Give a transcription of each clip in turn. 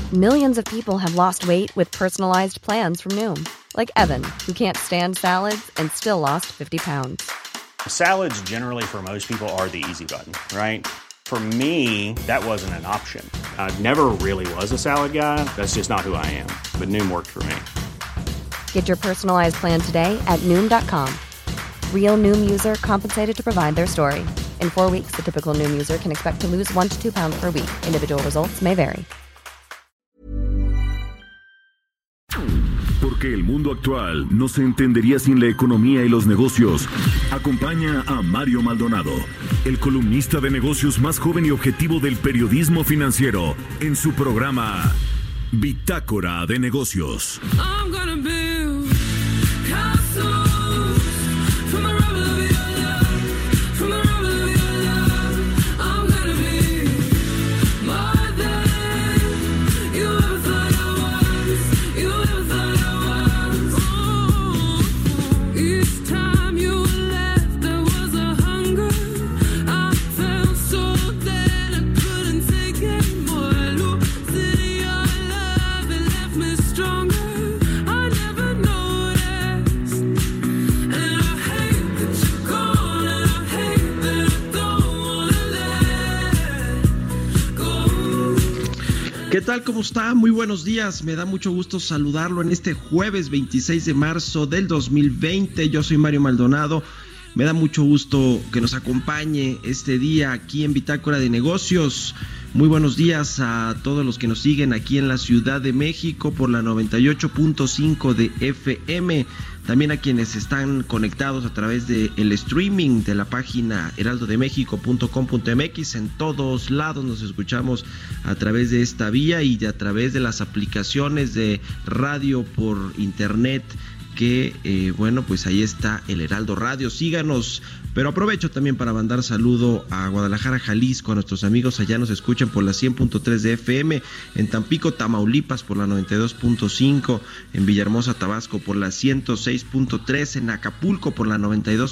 Millions of people have lost weight with personalized plans from Noom. Like Evan, who can't stand salads and still lost 50 pounds. Salads generally for most people are the easy button, right? For me, that wasn't an option. I never really was a salad guy. That's just not who I am. But Noom worked for me. Get your personalized plan today at Noom.com. Real Noom user compensated to provide their story. In 4 weeks, the typical Noom user can expect to lose 1 to 2 pounds per week. Individual results may vary. Porque el mundo actual no se entendería sin la economía y los negocios. Acompaña a Mario Maldonado, el columnista de negocios más joven y objetivo del periodismo financiero, en su programa Bitácora de Negocios. ¿Qué tal? ¿Cómo está? Muy buenos días. Me da mucho gusto saludarlo en este jueves 26 de marzo del 2020. Yo soy Mario Maldonado. Me da mucho gusto que nos acompañe este día aquí en Bitácora de Negocios. Muy buenos días a todos los que nos siguen aquí en la Ciudad de México por la 98.5 de FM. También a quienes están conectados a través del streaming de la página heraldodemexico.com.mx. En todos lados nos escuchamos a través de esta vía y a través de las aplicaciones de radio por internet que, pues ahí está el Heraldo Radio. Síganos, pero aprovecho también para mandar saludo a Guadalajara, Jalisco, a nuestros amigos allá nos escuchan por la 100.3 de FM, en Tampico, Tamaulipas por la 92.5, en Villahermosa, Tabasco por la 106.3, en Acapulco por la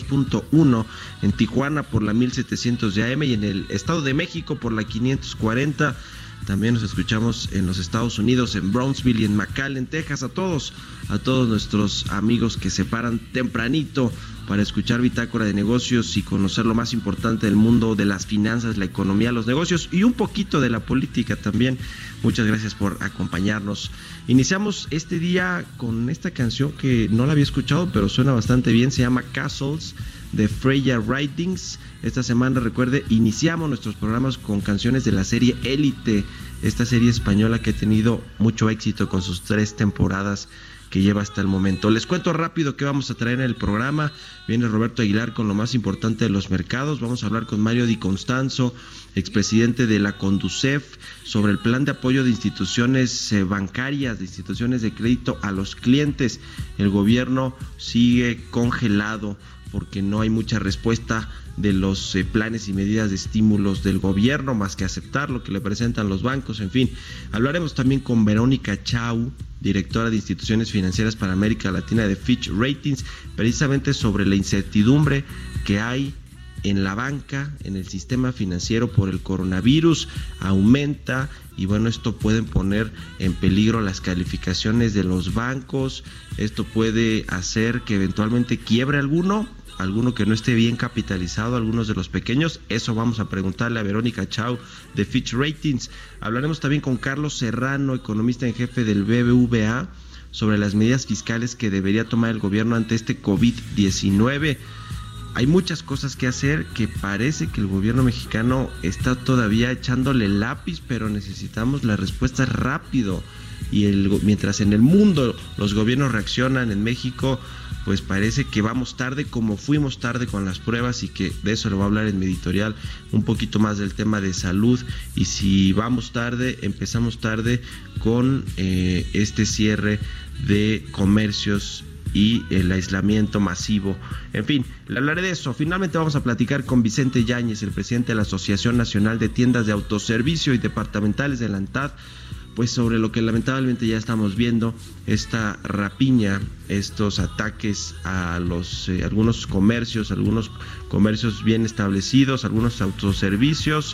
92.1, en Tijuana por la 1700 de AM y en el Estado de México por la 540. También nos escuchamos en los Estados Unidos, en Brownsville y en McAllen, Texas. A todos nuestros amigos que se paran tempranito para escuchar Bitácora de Negocios y conocer lo más importante del mundo de las finanzas, la economía, los negocios y un poquito de la política también. Muchas gracias por acompañarnos. Iniciamos este día con esta canción que no la había escuchado, pero suena bastante bien. Se llama Castles, de Freya Ridings. Esta semana, recuerde, iniciamos nuestros programas con canciones de la serie Élite, esta serie española que ha tenido mucho éxito con sus 3 temporadas que lleva hasta el momento. Les cuento rápido qué vamos a traer en el programa. Viene Roberto Aguilar con lo más importante de los mercados. Vamos a hablar con Mario Di Constanzo, expresidente de la Conducef, sobre el plan de apoyo de instituciones bancarias, de instituciones de crédito a los clientes. El gobierno sigue congelado porque no hay mucha respuesta de los planes y medidas de estímulos del gobierno, más que aceptar lo que le presentan los bancos. En fin, hablaremos también con Verónica Chau, directora de instituciones financieras para América Latina de Fitch Ratings, precisamente sobre la incertidumbre que hay en la banca, en el sistema financiero por el coronavirus. Aumenta y esto puede poner en peligro las calificaciones de los bancos. Esto puede hacer que eventualmente quiebre alguno que no esté bien capitalizado, algunos de los pequeños. Eso vamos a preguntarle a Verónica Chau de Fitch Ratings. Hablaremos también con Carlos Serrano, economista en jefe del BBVA, sobre las medidas fiscales que debería tomar el gobierno ante este COVID-19. Hay muchas cosas que hacer, que parece que el gobierno mexicano está todavía echándole lápiz, pero necesitamos la respuesta rápido. Y mientras en el mundo los gobiernos reaccionan, en México pues parece que vamos tarde, como fuimos tarde con las pruebas, y que de eso le voy a hablar en mi editorial, un poquito más del tema de salud. Y si vamos tarde, empezamos tarde con este cierre de comercios y el aislamiento masivo. En fin, le hablaré de eso. Finalmente vamos a platicar con Vicente Yáñez, el presidente de la Asociación Nacional de Tiendas de Autoservicio y Departamentales de la ANTAD, pues sobre lo que lamentablemente ya estamos viendo, esta rapiña, estos ataques a algunos comercios bien establecidos, algunos autoservicios,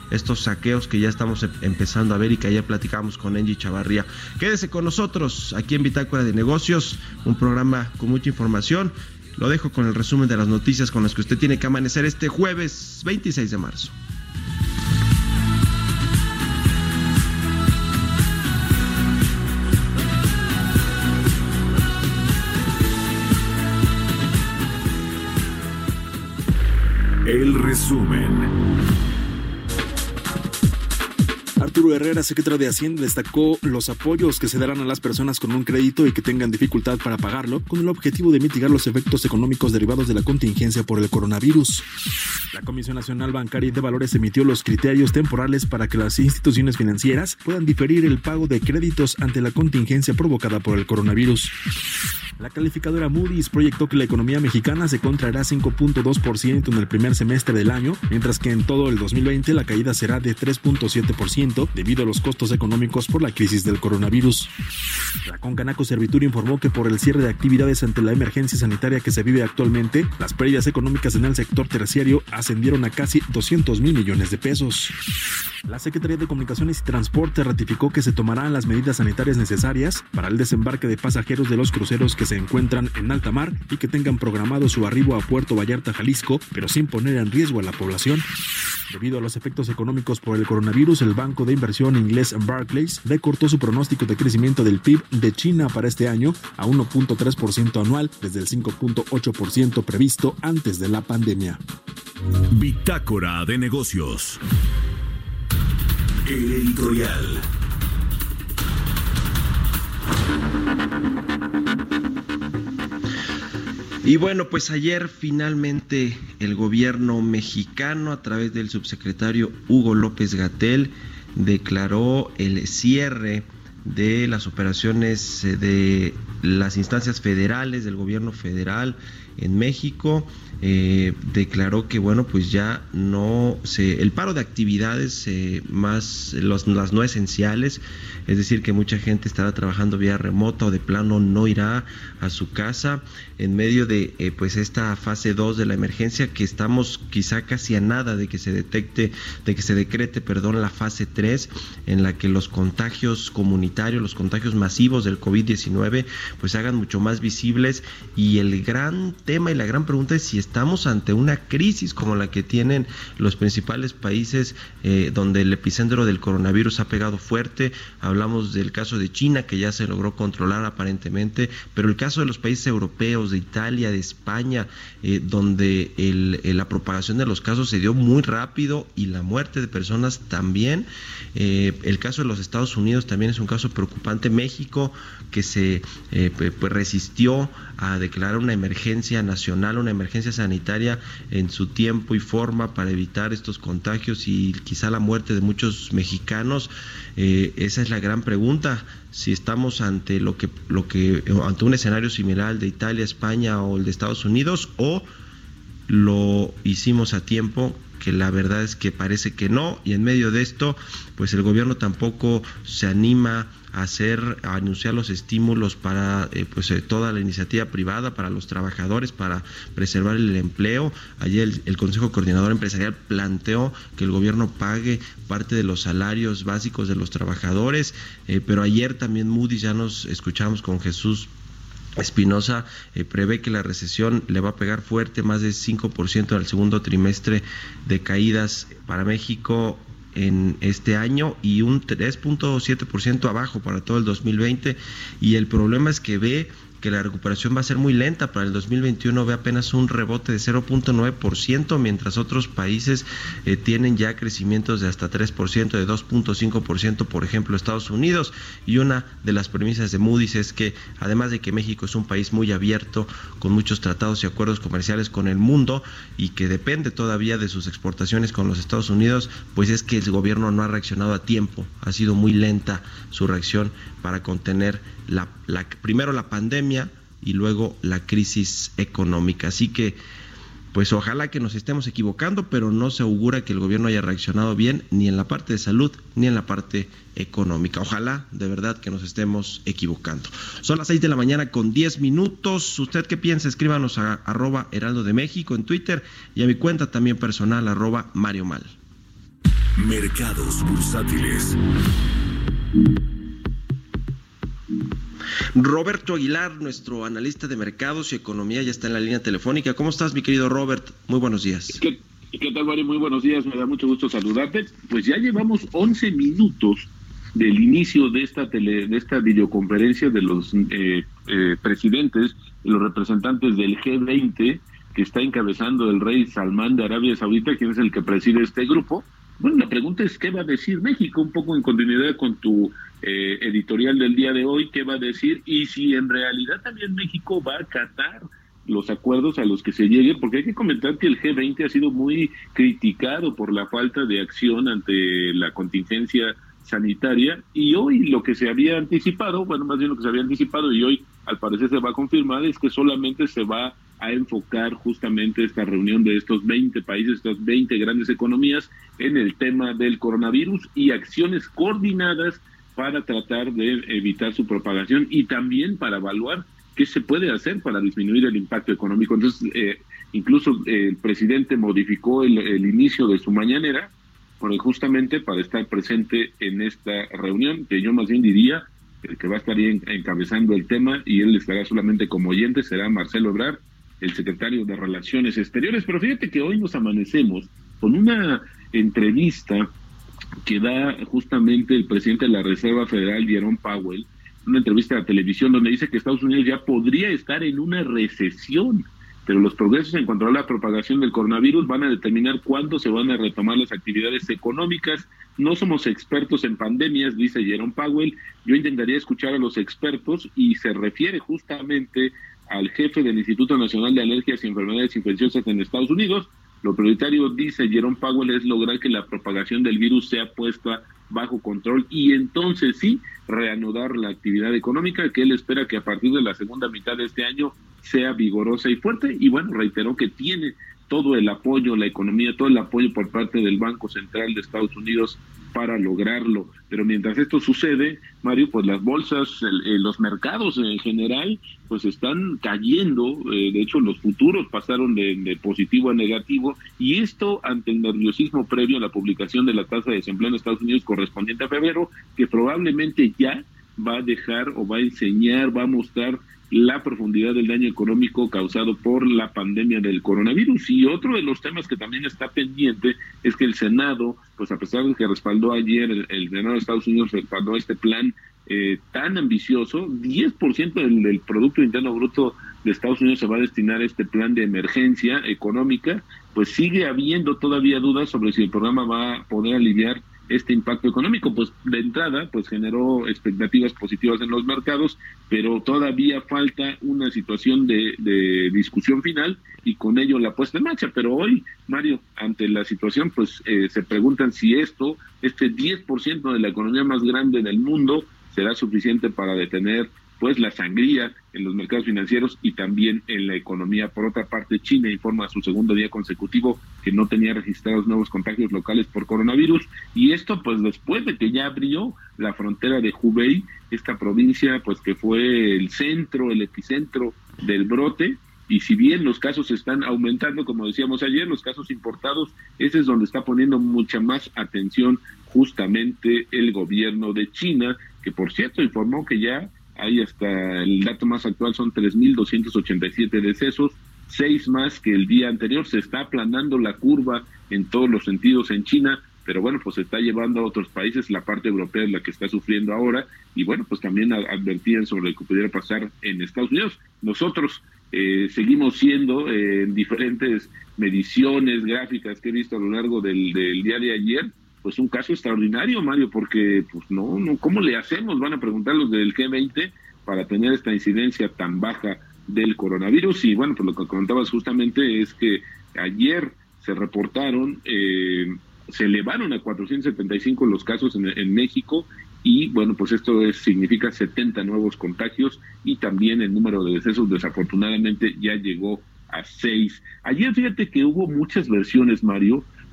estos saqueos que ya estamos empezando a ver y que ayer platicamos con Angie Chavarría. Quédese con nosotros aquí en Bitácora de Negocios, un programa con mucha información. Lo dejo con el resumen de las noticias con las que usted tiene que amanecer este jueves 26 de marzo. El resumen. Arturo Herrera, secretario de Hacienda, destacó los apoyos que se darán a las personas con un crédito y que tengan dificultad para pagarlo, con el objetivo de mitigar los efectos económicos derivados de la contingencia por el coronavirus. La Comisión Nacional Bancaria y de Valores emitió los criterios temporales para que las instituciones financieras puedan diferir el pago de créditos ante la contingencia provocada por el coronavirus. La calificadora Moody's proyectó que la economía mexicana se contraerá 5.2% en el primer semestre del año, mientras que en todo el 2020 la caída será de 3.7% debido a los costos económicos por la crisis del coronavirus. La Concanaco Servitur informó que por el cierre de actividades ante la emergencia sanitaria que se vive actualmente, las pérdidas económicas en el sector terciario ascendieron a casi 200,000 millones de pesos. La Secretaría de Comunicaciones y Transporte ratificó que se tomarán las medidas sanitarias necesarias para el desembarque de pasajeros de los cruceros que se encuentran en alta mar y que tengan programado su arribo a Puerto Vallarta, Jalisco, pero sin poner en riesgo a la población. Debido a los efectos económicos por el coronavirus, el banco de inversión inglés Barclays recortó su pronóstico de crecimiento del PIB de China para este año a 1.3% anual, desde el 5.8% previsto antes de la pandemia. Bitácora de Negocios. El editorial. Y bueno, pues ayer finalmente el gobierno mexicano, a través del subsecretario Hugo López-Gatell, declaró el cierre de las operaciones de las instancias federales del gobierno federal en México. Declaró que bueno, pues ya no el paro de actividades más las no esenciales, es decir, que mucha gente estará trabajando vía remota o de plano no irá a su casa en medio de pues esta fase 2 de la emergencia, que estamos quizá casi a nada de que se decrete la fase 3, en la que los contagios comunitarios, los contagios masivos del COVID-19 pues se hagan mucho más visibles. Y el gran tema y la gran pregunta es si estamos ante una crisis como la que tienen los principales países donde el epicentro del coronavirus ha pegado fuerte. Hablamos del caso de China, que ya se logró controlar aparentemente, pero el caso de los países europeos, de Italia, de España, donde la propagación de los casos se dio muy rápido y la muerte de personas también. El caso de los Estados Unidos también es un caso preocupante. México, que se pues resistió a declarar una emergencia nacional, una emergencia sanitaria en su tiempo y forma para evitar estos contagios y quizá la muerte de muchos mexicanos. Esa es la gran pregunta, si estamos ante ante un escenario similar al de Italia, España o el de Estados Unidos, o lo hicimos a tiempo, que la verdad es que parece que no. Y en medio de esto, pues el gobierno tampoco se anima a anunciar los estímulos para toda la iniciativa privada, para los trabajadores, para preservar el empleo. Ayer el Consejo Coordinador Empresarial planteó que el gobierno pague parte de los salarios básicos de los trabajadores, pero ayer también Moody's, ya nos escuchamos con Jesús Espinosa, prevé que la recesión le va a pegar fuerte, más de 5% al segundo trimestre de caídas para México en este año y un 3.7% abajo para todo el 2020. Y el problema es que ve que la recuperación va a ser muy lenta. Para el 2021 ve apenas un rebote de 0.9%, mientras otros países tienen ya crecimientos de hasta 3%, de 2.5%, por ejemplo Estados Unidos. Y una de las premisas de Moody's es que, además de que México es un país muy abierto, con muchos tratados y acuerdos comerciales con el mundo, y que depende todavía de sus exportaciones con los Estados Unidos, pues es que el gobierno no ha reaccionado a tiempo. Ha sido muy lenta su reacción para contener primero la pandemia y luego la crisis económica. Así que pues ojalá que nos estemos equivocando, pero no se augura que el gobierno haya reaccionado bien, ni en la parte de salud ni en la parte económica. Ojalá de verdad que nos estemos equivocando. Son las 6 de la mañana con 10 minutos. ¿Usted qué piensa? Escríbanos a @Heraldo de México en Twitter y a mi cuenta también personal @Mario Mal. Mercados bursátiles. Roberto Aguilar, nuestro analista de mercados y economía, ya está en la línea telefónica. ¿Cómo estás, mi querido Robert? Muy buenos días. ¿Qué tal, Mario? Muy buenos días, me da mucho gusto saludarte. Pues ya llevamos 11 minutos del inicio de esta videoconferencia de los presidentes, de los representantes del G20, que está encabezando el rey Salmán de Arabia Saudita, quien es el que preside este grupo. Bueno, la pregunta es, ¿qué va a decir México? Un poco en continuidad con tu editorial del día de hoy, ¿qué va a decir? Y si en realidad también México va a acatar los acuerdos a los que se llegue, porque hay que comentar que el G20 ha sido muy criticado por la falta de acción ante la contingencia sanitaria, y hoy lo que se había anticipado, bueno, más bien lo que se había anticipado y hoy al parecer se va a confirmar, es que solamente se va a enfocar justamente esta reunión de estos 20 países, estas 20 grandes economías, en el tema del coronavirus y acciones coordinadas para tratar de evitar su propagación y también para evaluar qué se puede hacer para disminuir el impacto económico. Entonces, incluso el presidente modificó el inicio de su mañanera, justamente para estar presente en esta reunión, que yo más bien diría el que va a estar encabezando el tema, y él estará solamente como oyente, será Marcelo Ebrard, el secretario de Relaciones Exteriores. Pero fíjate que hoy nos amanecemos con una entrevista que da justamente el presidente de la Reserva Federal, Jerome Powell, una entrevista a la televisión donde dice que Estados Unidos ya podría estar en una recesión, pero los progresos en cuanto a la propagación del coronavirus van a determinar cuándo se van a retomar las actividades económicas. No somos expertos en pandemias, dice Jerome Powell. Yo intentaría escuchar a los expertos, y se refiere justamente al jefe del Instituto Nacional de Alergias y Enfermedades Infecciosas en Estados Unidos. Lo prioritario, dice Jerome Powell, es lograr que la propagación del virus sea puesta bajo control y entonces sí reanudar la actividad económica, que él espera que a partir de la segunda mitad de este año sea vigorosa y fuerte. Y bueno, reiteró que tiene todo el apoyo, la economía, todo el apoyo por parte del Banco Central de Estados Unidos para lograrlo. Pero mientras esto sucede, Mario, pues las bolsas, los mercados en general, pues están cayendo. De hecho, los futuros pasaron de positivo a negativo, y esto ante el nerviosismo previo a la publicación de la tasa de desempleo en Estados Unidos correspondiente a febrero, que probablemente ya va a dejar o va a enseñar, va a mostrar la profundidad del daño económico causado por la pandemia del coronavirus. Y otro de los temas que también está pendiente es que el Senado, pues a pesar de que respaldó ayer, el Senado de Estados Unidos respaldó este plan tan ambicioso, 10% del Producto Interno Bruto de Estados Unidos se va a destinar a este plan de emergencia económica, pues sigue habiendo todavía dudas sobre si el programa va a poder aliviar este impacto económico. Pues de entrada, pues generó expectativas positivas en los mercados, pero todavía falta una situación de discusión final y con ello la puesta en marcha. Pero hoy, Mario, ante la situación, pues se preguntan si este 10% de la economía más grande del mundo será suficiente para detener pues la sangría en los mercados financieros y también en la economía. Por otra parte, China informa su segundo día consecutivo que no tenía registrados nuevos contagios locales por coronavirus, y esto pues después de que ya abrió la frontera de Hubei, esta provincia pues que fue el epicentro del brote. Y si bien los casos están aumentando, como decíamos ayer, los casos importados, ese es donde está poniendo mucha más atención justamente el gobierno de China, que por cierto informó que ya hay, hasta el dato más actual, son 3,287 decesos, 6 más que el día anterior. Se está aplanando la curva en todos los sentidos en China, pero bueno, pues se está llevando a otros países. La parte europea es la que está sufriendo ahora, y bueno, pues también advertían sobre lo que pudiera pasar en Estados Unidos. Nosotros seguimos siendo en diferentes mediciones gráficas que he visto a lo largo del día de ayer, pues un caso extraordinario, Mario, porque pues no, ¿cómo le hacemos? Van a preguntar los del G20 para tener esta incidencia tan baja del coronavirus. Y bueno, pues lo que comentabas justamente es que ayer se reportaron, se elevaron a 475 los casos en México, y bueno, pues esto significa 70 nuevos contagios, y también el número de decesos desafortunadamente ya llegó a 6. Ayer fíjate que hubo muchas versiones, Mario,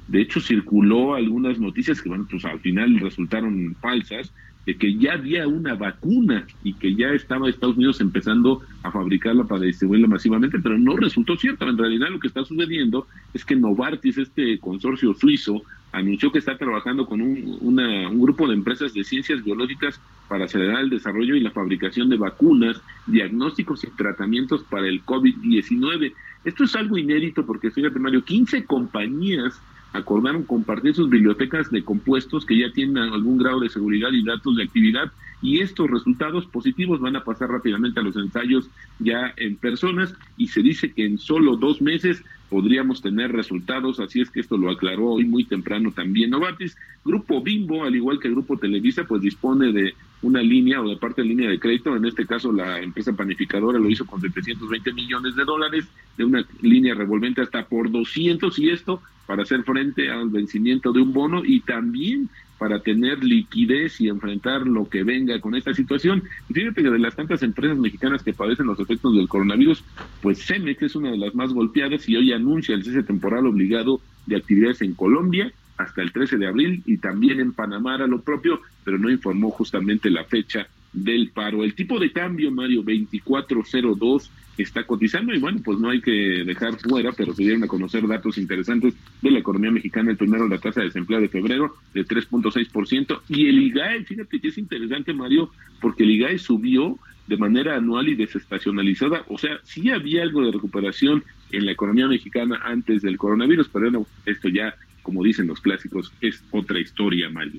De hecho, circuló algunas noticias que, bueno, pues al final resultaron falsas, de que ya había una vacuna y que ya estaba Estados Unidos empezando a fabricarla para distribuirla masivamente, pero no resultó cierto. En realidad lo que está sucediendo es que Novartis, este consorcio suizo, anunció que está trabajando con un grupo de empresas de ciencias biológicas para acelerar el desarrollo y la fabricación de vacunas, diagnósticos y tratamientos para el COVID-19. Esto es algo inédito porque, fíjate, Mario, 15 compañías acordaron compartir sus bibliotecas de compuestos que ya tienen algún grado de seguridad y datos de actividad, y estos resultados positivos van a pasar rápidamente a los ensayos ya en personas, y se dice que en solo 2 meses podríamos tener resultados, así es que esto lo aclaró hoy muy temprano también Novartis. Grupo Bimbo, al igual que el Grupo Televisa, pues dispone de una línea o de parte de línea de crédito. En este caso la empresa panificadora lo hizo con $720 millones, de una línea revolvente hasta por 200, y esto para hacer frente al vencimiento de un bono y también para tener liquidez y enfrentar lo que venga con esta situación. Y fíjate que de las tantas empresas mexicanas que padecen los efectos del coronavirus, pues Cemex es una de las más golpeadas y hoy anuncia el cese temporal obligado de actividades en Colombia hasta el 13 de abril y también en Panamá hará lo propio, pero no informó justamente la fecha del paro. El tipo de cambio, Mario, 24.02 está cotizando, y bueno, pues no hay que dejar fuera, pero se dieron a conocer datos interesantes de la economía mexicana. El primero, la tasa de desempleo de febrero de 3.6%, y el IGAE, fíjate que es interesante, Mario, porque el IGAE subió de manera anual y desestacionalizada. O sea, sí había algo de recuperación en la economía mexicana antes del coronavirus, pero no, esto ya, como dicen los clásicos, es otra historia, Mario.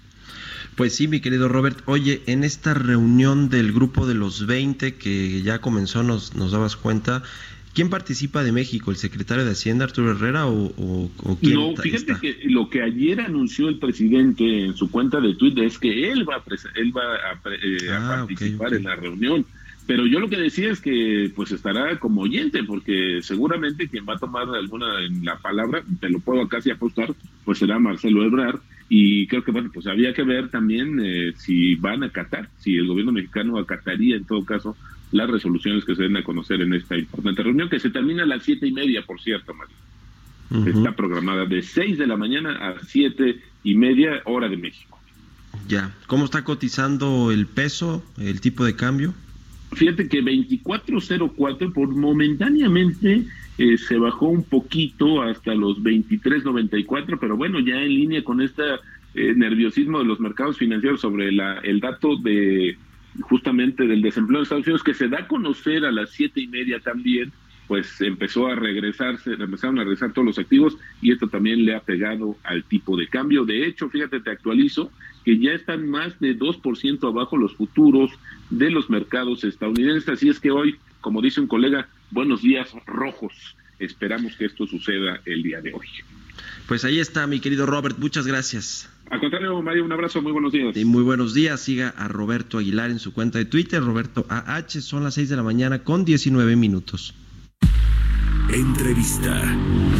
Pues sí, mi querido Robert. Oye, en esta reunión del grupo de los 20 que ya comenzó, nos dabas cuenta, ¿quién participa de México? ¿El secretario de Hacienda, Arturo Herrera, o quién? No, fíjate que lo que ayer anunció el presidente en su cuenta de Twitter es que él va a participar en la reunión. Pero yo lo que decía es que pues estará como oyente, porque seguramente quien va a tomar alguna en la palabra, te lo puedo casi apostar, pues será Marcelo Ebrard. Y creo que, bueno, pues había que ver también si van a acatar, si el gobierno mexicano acataría en todo caso las resoluciones que se den a conocer en esta importante reunión, que se termina a las 7:30, por cierto, Mario. Uh-huh. Está programada de 6 de la mañana a 7:30, hora de México. Ya. ¿Cómo está cotizando el peso, el tipo de cambio? Fíjate que 24.04, por momentáneamente se bajó un poquito hasta los 23.94, pero bueno, ya en línea con este nerviosismo de los mercados financieros sobre el dato de justamente del desempleo en Estados Unidos, que se da a conocer a las 7:30 también, pues empezaron a regresar todos los activos, y esto también le ha pegado al tipo de cambio. De hecho, fíjate, te actualizo que ya están más de 2% abajo los futuros de los mercados estadounidenses, así es que hoy, como dice un colega, buenos días rojos. Esperamos que esto suceda el día de hoy. Pues ahí está, mi querido Robert, muchas gracias. Al contrario, Mario, un abrazo, muy buenos días. Y muy buenos días, siga a Roberto Aguilar en su cuenta de Twitter, Roberto AH, son las 6 de la mañana con 19 minutos. Entrevista.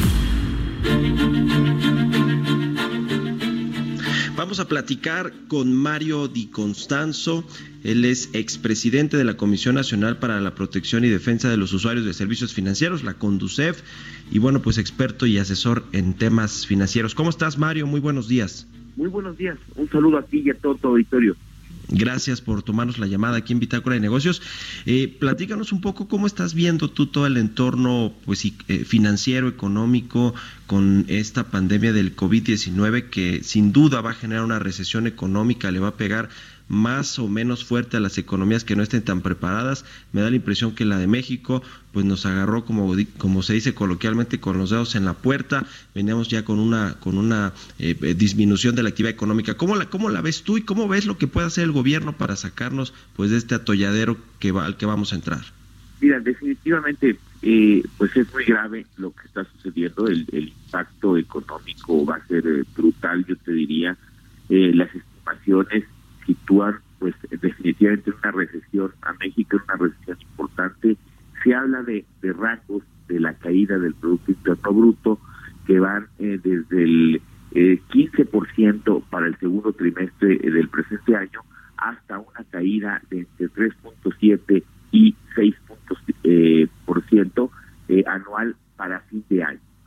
Vamos a platicar con Mario Di Constanzo. Él es expresidente de la Comisión Nacional para la Protección y Defensa de los Usuarios de Servicios Financieros, la CONDUCEF, y bueno, pues experto y asesor en temas financieros. ¿Cómo estás, Mario? Muy buenos días. Muy buenos días. Un saludo a ti y a todo tu auditorio. Gracias por tomarnos la llamada aquí en Bitácora de Negocios. Platícanos un poco cómo estás viendo tú todo el entorno pues financiero, económico, con esta pandemia del COVID-19, que sin duda va a generar una recesión económica, le va a pegar más o menos fuerte a las economías que no estén tan preparadas. Me da la impresión que la de México pues nos agarró, como se dice coloquialmente, con los dedos en la puerta. Veníamos ya con una disminución de la actividad económica. ¿Cómo la ves tú y cómo ves lo que puede hacer el gobierno para sacarnos pues de este atolladero al que vamos a entrar? Mira, definitivamente pues es muy grave lo que está sucediendo. El impacto económico va a ser brutal, yo te diría. Las estimaciones sitúan pues definitivamente una recesión a México, una recesión importante. Se habla de rangos de la caída del Producto Interno Bruto que van desde el 15% para el segundo trimestre del presente año hasta una caída de entre 3.7 y 6% anual para fin de año, ¿no?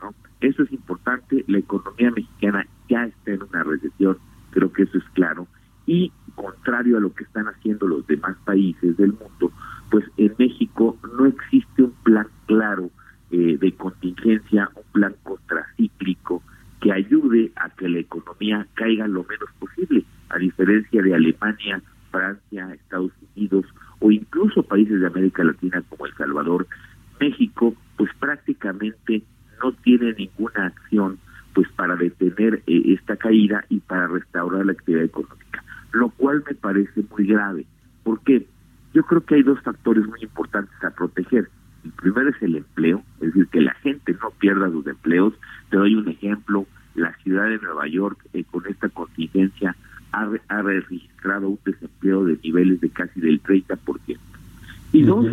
Eso es importante. La economía mexicana ya está en una recesión, creo que eso es claro, y contrario a lo que están haciendo los demás países del mundo, pues en México no existe un plan claro de contingencia, un plan contracíclico que ayude a que la economía caiga lo menos posible, a diferencia de Alemania, Francia, Estados Unidos o incluso países de América Latina como El Salvador. México pues prácticamente no tiene ninguna acción pues para detener esta caída y para restaurar la actividad económica, lo cual me parece muy grave. ¿Por qué? Yo creo que hay dos factores muy importantes a proteger. El primero es el empleo, es decir, que la gente no pierda sus empleos. Te doy un ejemplo: la ciudad de Nueva York con esta contingencia ha registrado un desempleo de niveles de casi del 30%. Y dos,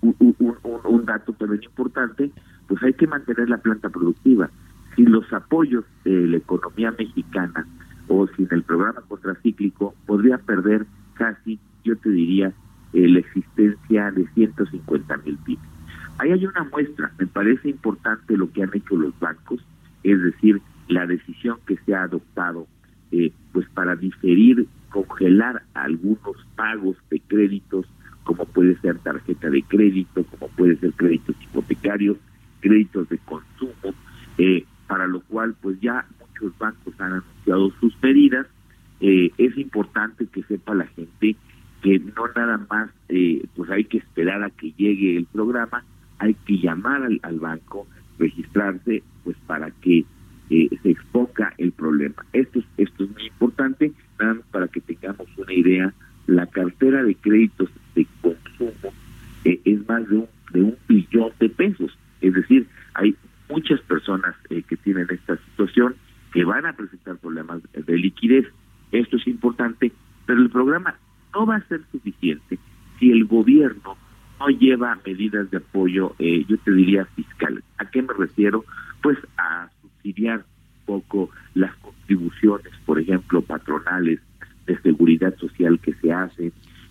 un dato también importante, pues hay que mantener la planta productiva. Sin los apoyos de la economía mexicana o sin el programa contracíclico, podría perder casi, yo te diría, la existencia de 150,000 pymes. Ahí hay una muestra. Me parece importante lo que han hecho los bancos, es decir, la decisión que se ha adoptado pues para diferir, congelar algunos pagos de créditos, como puede ser tarjeta de crédito, como puede ser créditos hipotecarios, créditos de consumo, para lo cual pues ya muchos bancos han anunciado sus medidas. Es importante que sepa la gente que no nada más pues hay que esperar a que llegue el programa, hay que llamar al banco, registrarse pues para que se exponga el problema. Esto es muy importante, nada más para que tengamos una idea. La cartera de créditos de consumo es más de un billón de pesos, es decir, hay muchas personas que tienen esta situación que van a presentar problemas de liquidez. Esto es importante, pero el programa no va a ser suficiente si el gobierno no lleva medidas de apoyo, yo te diría fiscales. ¿A qué me refiero? Pues a subsidiar un poco las contribuciones, por ejemplo, patronales de seguridad social que se hacen,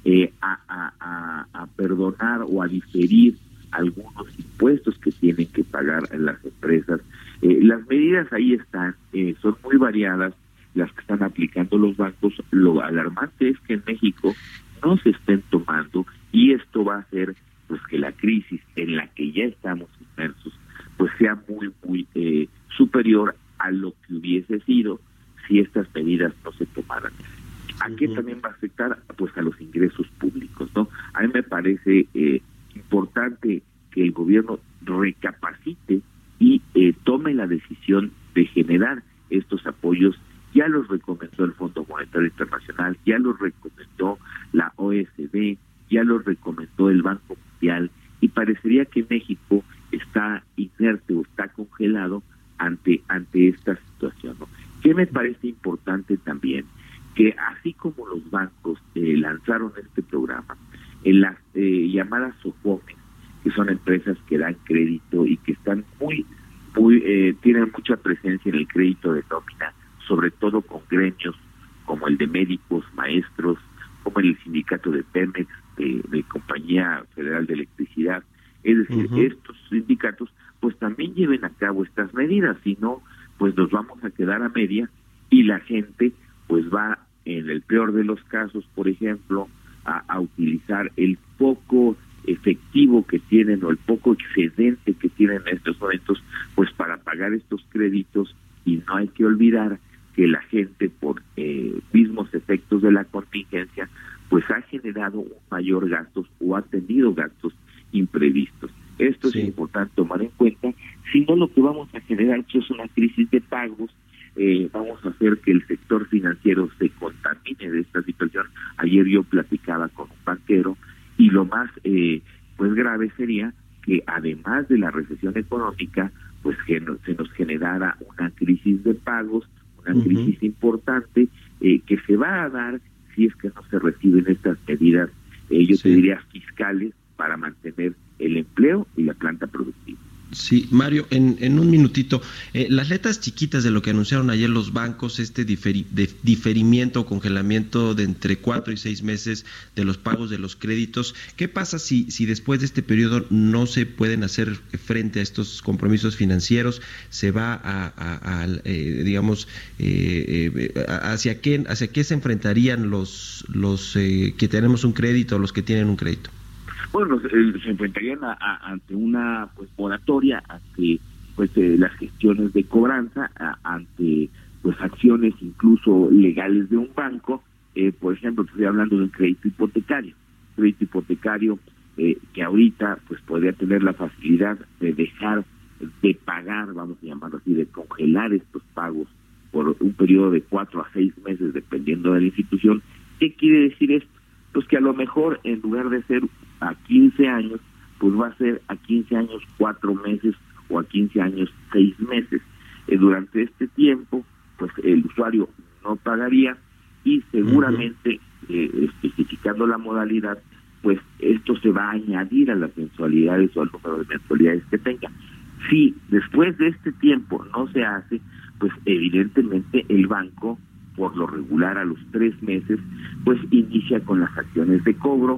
a perdonar o a diferir algunos impuestos que tienen que pagar las empresas. Las medidas ahí están, son muy variadas las que están aplicando los bancos. Lo alarmante es que en México no se estén tomando, y esto va a hacer pues que la crisis en la que ya estamos inmersos pues sea muy superior a lo que hubiese sido si estas medidas no se tomaran. ¿A qué también va a afectar? Pues a los ingresos públicos, ¿no? A mí me parece importante que el gobierno recapacite y tome la decisión de generar estos apoyos. Ya los recomendó el Fondo Monetario Internacional, ya los recomendó la OECD, ya los recomendó el Banco Mundial, y parecería que México está inerte o está congelado ante esta situación, ¿no? ¿Qué me parece importante también? Que así como los bancos lanzaron este programa, en las llamadas SOFOMES, que son empresas que dan crédito y que están tienen mucha presencia en el crédito de nómina, sobre todo con gremios como el de médicos, maestros, como el sindicato de Pemex, de Compañía Federal de Electricidad. Es decir, estos sindicatos pues también lleven a cabo estas medidas, si no, pues nos vamos a quedar a media, y la gente pues va, en el peor de los casos, por ejemplo, a utilizar el poco efectivo que tienen o el poco excedente que tienen en estos momentos pues para pagar estos créditos. Y no hay que olvidar que la gente, por mismos efectos de la contingencia, pues ha generado un mayor gastos o ha tenido gastos imprevistos. Esto es importante tomar en cuenta, si no lo que vamos a generar es una crisis de pagos. Vamos a hacer que el sector financiero se contamine de esta situación. Ayer yo platicaba con un banquero, y lo más pues grave sería que además de la recesión económica, pues que se nos generara una crisis de pagos, una crisis importante que se va a dar si es que no se reciben estas medidas, yo te diría, fiscales, para mantener el empleo y la planta productiva. Sí, Mario, en un minutito, las letras chiquitas de lo que anunciaron ayer los bancos, diferimiento o congelamiento de entre 4 y 6 meses de los pagos de los créditos, ¿qué pasa si después de este periodo no se pueden hacer frente a estos compromisos financieros? ¿Se va hacia qué se enfrentarían los que tenemos un crédito o los que tienen un crédito? Bueno, se enfrentarían ante una moratoria, ante las gestiones de cobranza, ante acciones incluso legales de un banco. Por ejemplo, estoy hablando de un crédito hipotecario que ahorita podría tener la facilidad de dejar de pagar, vamos a llamarlo así, de congelar estos pagos por un periodo de 4 a 6 meses, dependiendo de la institución. ¿Qué quiere decir esto? Pues que a lo mejor en lugar de ser a 15 años, va a ser a 15 años 4 meses o a 15 años 6 meses. Durante este tiempo, el usuario no pagaría y seguramente, especificando la modalidad, esto se va a añadir a las mensualidades o al número de mensualidades que tenga. Si después de este tiempo no se hace, evidentemente el banco, por lo regular a los 3 meses, inicia con las acciones de cobro.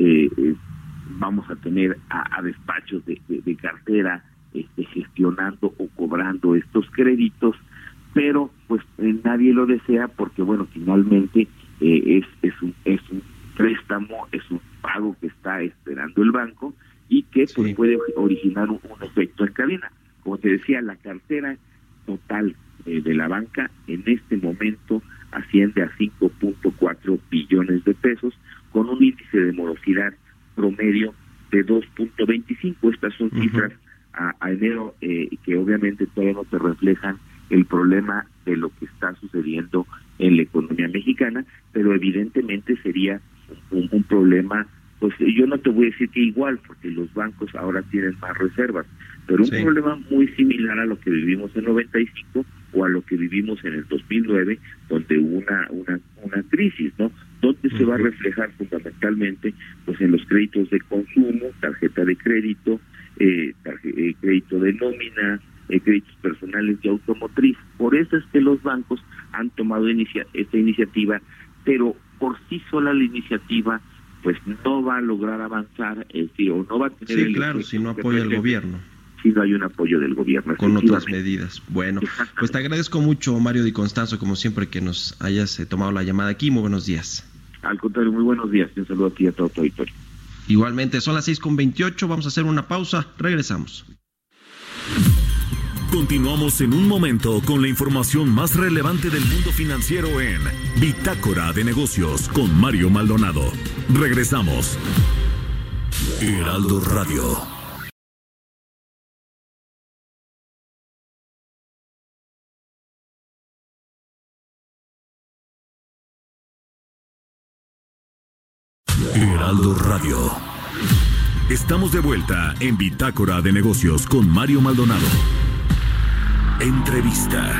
Vamos a tener a despachos de cartera gestionando o cobrando estos créditos, pero nadie lo desea porque finalmente es un préstamo, es un pago que está esperando el banco y que puede originar un efecto en cadena. Como te decía, la cartera total de la banca en este momento asciende a 5.4 billones de pesos, con un índice de morosidad promedio de 2.25. Estas son cifras a enero que obviamente todavía no te reflejan el problema de lo que está sucediendo en la economía mexicana, pero evidentemente sería un problema, yo no te voy a decir que igual, porque los bancos ahora tienen más reservas, pero un problema muy similar a lo que vivimos en 95 o a lo que vivimos en el 2009, donde hubo una crisis, ¿no? Donde se va a reflejar fundamentalmente en los créditos de consumo, tarjeta de crédito, crédito de nómina, créditos personales y automotriz. Por eso es que los bancos han tomado esta iniciativa, pero por sí sola la iniciativa no va a lograr avanzar, o no va a tener si no apoya el gobierno. Si no hay un apoyo del gobierno. Con otras medidas. Bueno, te agradezco mucho, Mario Di Constanzo, como siempre, que nos hayas tomado la llamada aquí. Muy buenos días. Al contrario, muy buenos días. Un saludo a ti y a todo tu auditorio. Igualmente, son las 6:28, vamos a hacer una pausa, regresamos. Continuamos en un momento con la información más relevante del mundo financiero en Bitácora de Negocios con Mario Maldonado. Regresamos. Heraldo Radio. Heraldo Radio. Estamos de vuelta en Bitácora de Negocios con Mario Maldonado. Entrevista.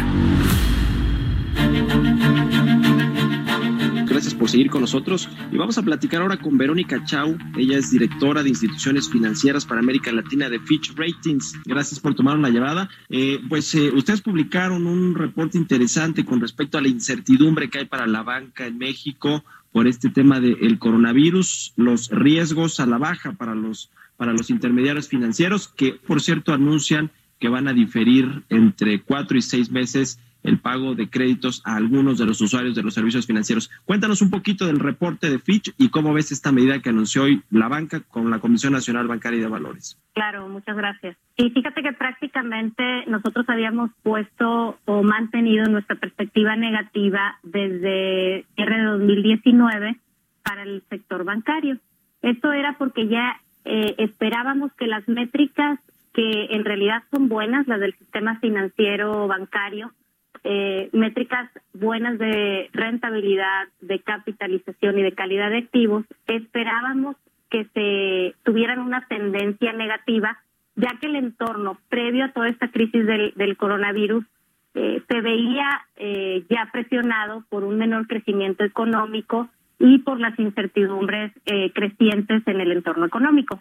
Gracias por seguir con nosotros y vamos a platicar ahora con Verónica Chau. Ella es directora de instituciones financieras para América Latina de Fitch Ratings. Gracias por tomar una llamada. Ustedes publicaron un reporte interesante con respecto a la incertidumbre que hay para la banca en México por este tema del coronavirus, los riesgos a la baja para los intermediarios financieros, que por cierto anuncian que van a diferir entre 4 y 6 meses el pago de créditos a algunos de los usuarios de los servicios financieros. Cuéntanos un poquito del reporte de Fitch y cómo ves esta medida que anunció hoy la banca con la Comisión Nacional Bancaria y de Valores. Claro, muchas gracias. Y fíjate que prácticamente nosotros habíamos puesto o mantenido nuestra perspectiva negativa desde cierre de 2019 para el sector bancario. Esto era porque ya esperábamos que las métricas, que en realidad son buenas, las del sistema financiero bancario, métricas buenas de rentabilidad, de capitalización y de calidad de activos, esperábamos que se tuvieran una tendencia negativa, ya que el entorno previo a toda esta crisis del coronavirus se veía ya presionado por un menor crecimiento económico y por las incertidumbres crecientes en el entorno económico.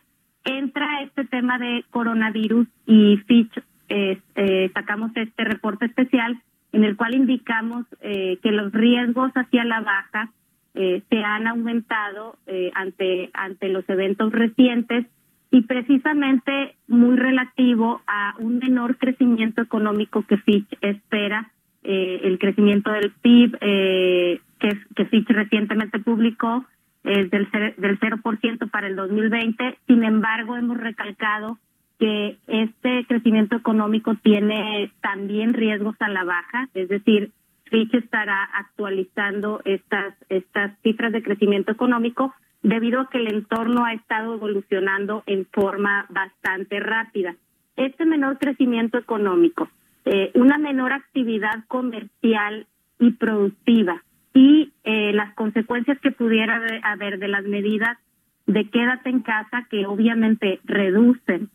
entra este tema de coronavirus y Fitch sacamos este reporte especial en el cual indicamos que los riesgos hacia la baja se han aumentado ante los eventos recientes y precisamente muy relativo a un menor crecimiento económico que Fitch espera, el crecimiento del PIB que Fitch recientemente publicó es del 0% para el 2020. Sin embargo, hemos recalcado que este crecimiento económico tiene también riesgos a la baja, es decir, Fitch estará actualizando estas cifras de crecimiento económico debido a que el entorno ha estado evolucionando en forma bastante rápida. Este menor crecimiento económico, una menor actividad comercial y productiva y las consecuencias que pudiera haber de las medidas de quédate en casa, que obviamente reducen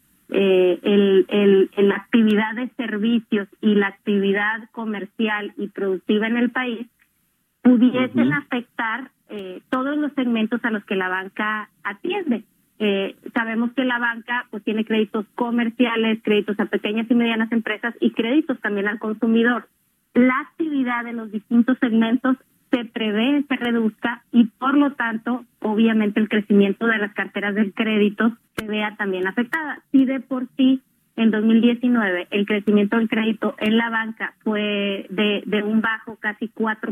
la actividad de servicios y la actividad comercial y productiva en el país, pudiesen afectar todos los segmentos a los que la banca atiende. Sabemos que la banca pues tiene créditos comerciales, créditos a pequeñas y medianas empresas y créditos también al consumidor. La actividad de los distintos segmentos se prevé se reduzca y por lo tanto, obviamente el crecimiento de las carteras de crédito se vea también afectada. Si de por sí en 2019 el crecimiento del crédito en la banca fue de un bajo casi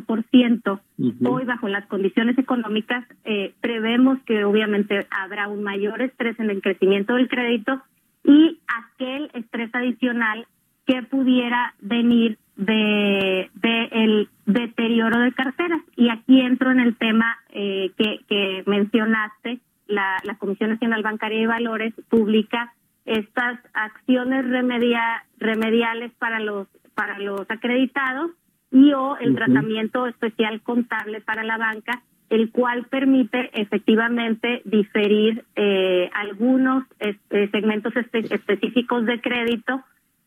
4%, hoy bajo las condiciones económicas prevemos que obviamente habrá un mayor estrés en el crecimiento del crédito y aquel estrés adicional que pudiera venir de el deterioro de carteras. Y aquí entro en el tema que mencionaste, la Comisión Nacional Bancaria y Valores publica estas acciones remediales para los acreditados y o el tratamiento especial contable para la banca, el cual permite efectivamente diferir algunos segmentos específicos de crédito,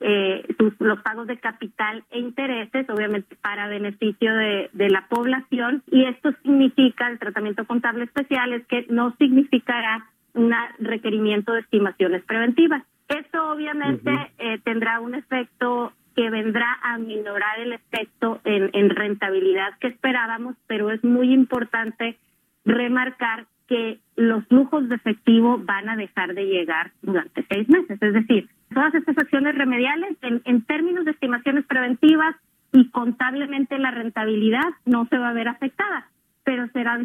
los pagos de capital e intereses, obviamente para beneficio de la población, y esto significa, el tratamiento contable especial es que no significará un requerimiento de estimaciones preventivas. Esto obviamente tendrá un efecto que vendrá a minorar el efecto en rentabilidad que esperábamos, pero es muy importante remarcar que los flujos de efectivo van a dejar de llegar durante 6 meses. Es decir, todas estas acciones remediales, en términos de estimaciones preventivas y contablemente la rentabilidad no se va a ver afectada, pero serán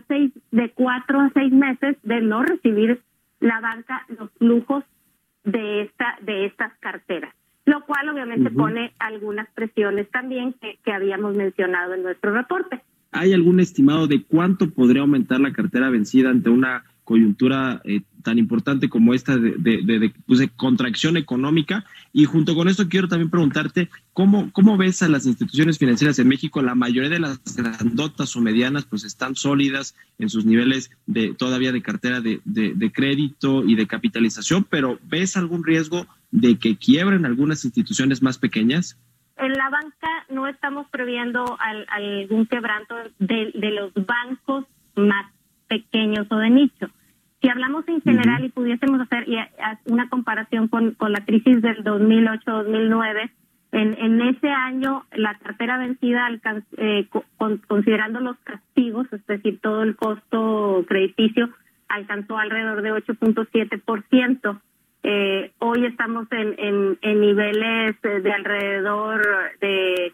4 a 6 meses de no recibir la banca los flujos de estas carteras, lo cual obviamente pone algunas presiones también que habíamos mencionado en nuestro reporte. ¿Hay algún estimado de cuánto podría aumentar la cartera vencida ante una coyuntura tan importante como esta de contracción económica? Y junto con esto quiero también preguntarte, ¿cómo ves a las instituciones financieras en México? La mayoría de las grandotas o medianas pues están sólidas en sus niveles todavía de cartera de crédito y de capitalización, pero ¿ves algún riesgo de que quiebren algunas instituciones más pequeñas? En la banca no estamos previendo algún quebranto de los bancos más pequeños o de nicho. Si hablamos en general y pudiésemos hacer una comparación con la crisis del 2008-2009, en ese año la cartera vencida, considerando los castigos, es decir, todo el costo crediticio, alcanzó alrededor de 8.7%. Hoy estamos en niveles de alrededor de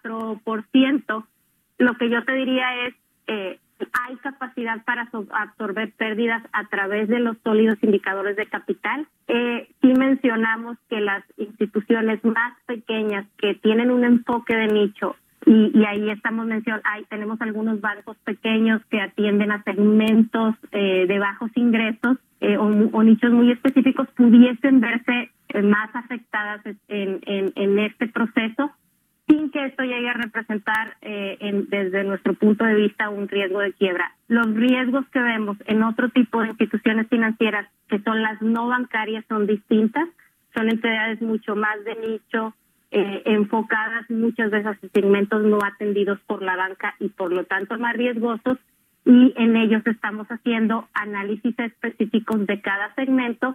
4%. Lo que yo te diría es hay capacidad para absorber pérdidas a través de los sólidos indicadores de capital. Sí mencionamos que las instituciones más pequeñas que tienen un enfoque de nicho, y ahí tenemos algunos bancos pequeños que atienden a segmentos de bajos ingresos o nichos muy específicos, pudiesen verse más afectadas en este proceso, sin que esto llegue a representar desde nuestro punto de vista un riesgo de quiebra. Los riesgos que vemos en otro tipo de instituciones financieras, que son las no bancarias, son distintas, son entidades mucho más de nicho, enfocadas muchas veces en segmentos no atendidos por la banca y por lo tanto más riesgosos, y en ellos estamos haciendo análisis específicos de cada segmento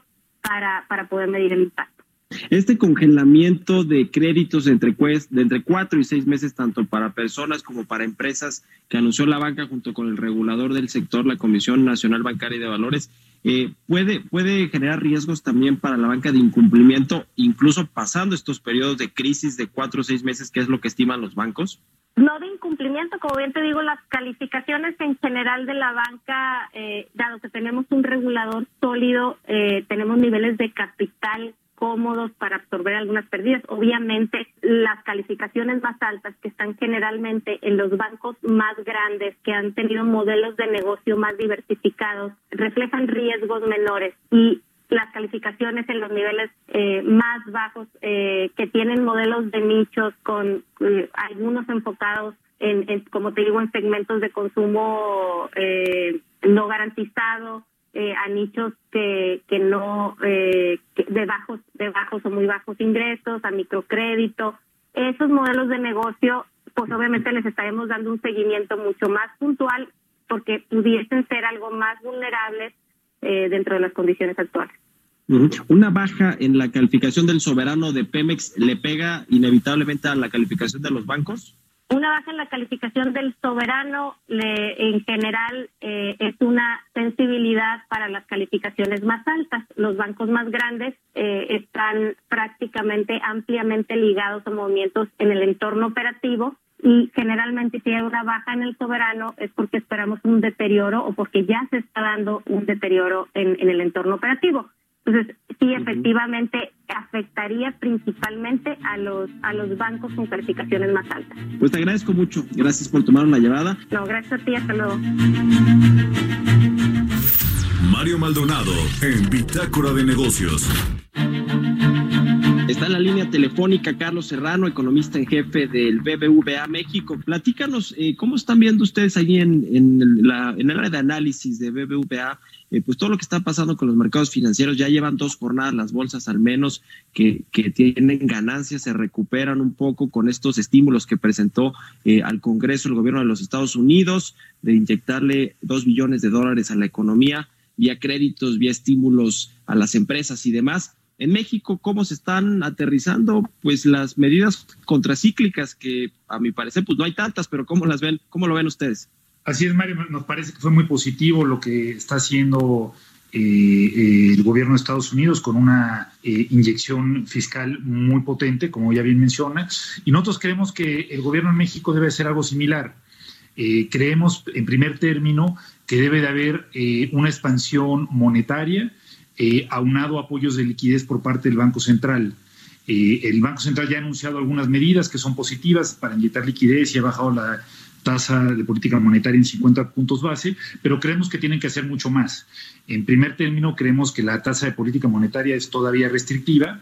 para poder medir el impacto. Este congelamiento de créditos de entre 4 y 6 meses, tanto para personas como para empresas, que anunció la banca junto con el regulador del sector, la Comisión Nacional Bancaria y de Valores, puede generar riesgos también para la banca de incumplimiento, incluso pasando estos periodos de crisis de 4 o 6 meses, que es lo que estiman los bancos. No de incumplimiento, como bien te digo, las calificaciones en general de la banca, dado que tenemos un regulador sólido, tenemos niveles de capital cómodos para absorber algunas pérdidas. Obviamente, las calificaciones más altas, que están generalmente en los bancos más grandes, que han tenido modelos de negocio más diversificados, reflejan riesgos menores, y las calificaciones en los niveles más bajos, que tienen modelos de nichos con algunos enfocados en, como te digo, en segmentos de consumo no garantizado, a nichos que no de bajos o muy bajos ingresos, a microcrédito. Esos modelos de negocio, pues obviamente les estaremos dando un seguimiento mucho más puntual, porque pudiesen ser algo más vulnerables dentro de las condiciones actuales. Una baja en la calificación del soberano de Pemex le pega inevitablemente a la calificación de los bancos. Una baja en la calificación del soberano en general es una sensibilidad para las calificaciones más altas. Los bancos más grandes están prácticamente ampliamente ligados a movimientos en el entorno operativo, y generalmente si hay una baja en el soberano es porque esperamos un deterioro o porque ya se está dando un deterioro en el entorno operativo. Entonces, sí, efectivamente afectaría principalmente a los bancos con calificaciones más altas. Pues te agradezco mucho. Gracias por tomar la llamada. No, gracias a ti. Hasta luego. Mario Maldonado en Bitácora de Negocios. Está en la línea telefónica Carlos Serrano, economista en jefe del BBVA México. Platícanos, ¿cómo están viendo ustedes ahí en el área de análisis de BBVA? Pues todo lo que está pasando con los mercados financieros. Ya llevan 2 jornadas las bolsas al menos que tienen ganancias, se recuperan un poco con estos estímulos que presentó al Congreso el gobierno de los Estados Unidos, de inyectarle $2 billones a la economía vía créditos, vía estímulos a las empresas y demás. En México, ¿cómo se están aterrizando pues las medidas contracíclicas, que a mi parecer pues no hay tantas, pero cómo las ven, cómo lo ven ustedes? Así es, Mario, nos parece que fue muy positivo lo que está haciendo el gobierno de Estados Unidos con una inyección fiscal muy potente, como ya bien menciona, y nosotros creemos que el gobierno en México debe hacer algo similar. Creemos, en primer término, que debe de haber una expansión monetaria, aunado a apoyos de liquidez por parte del Banco Central. El Banco Central ya ha anunciado algunas medidas que son positivas para inyectar liquidez y ha bajado la tasa de política monetaria en 50 puntos base, pero creemos que tienen que hacer mucho más. En primer término, creemos que la tasa de política monetaria es todavía restrictiva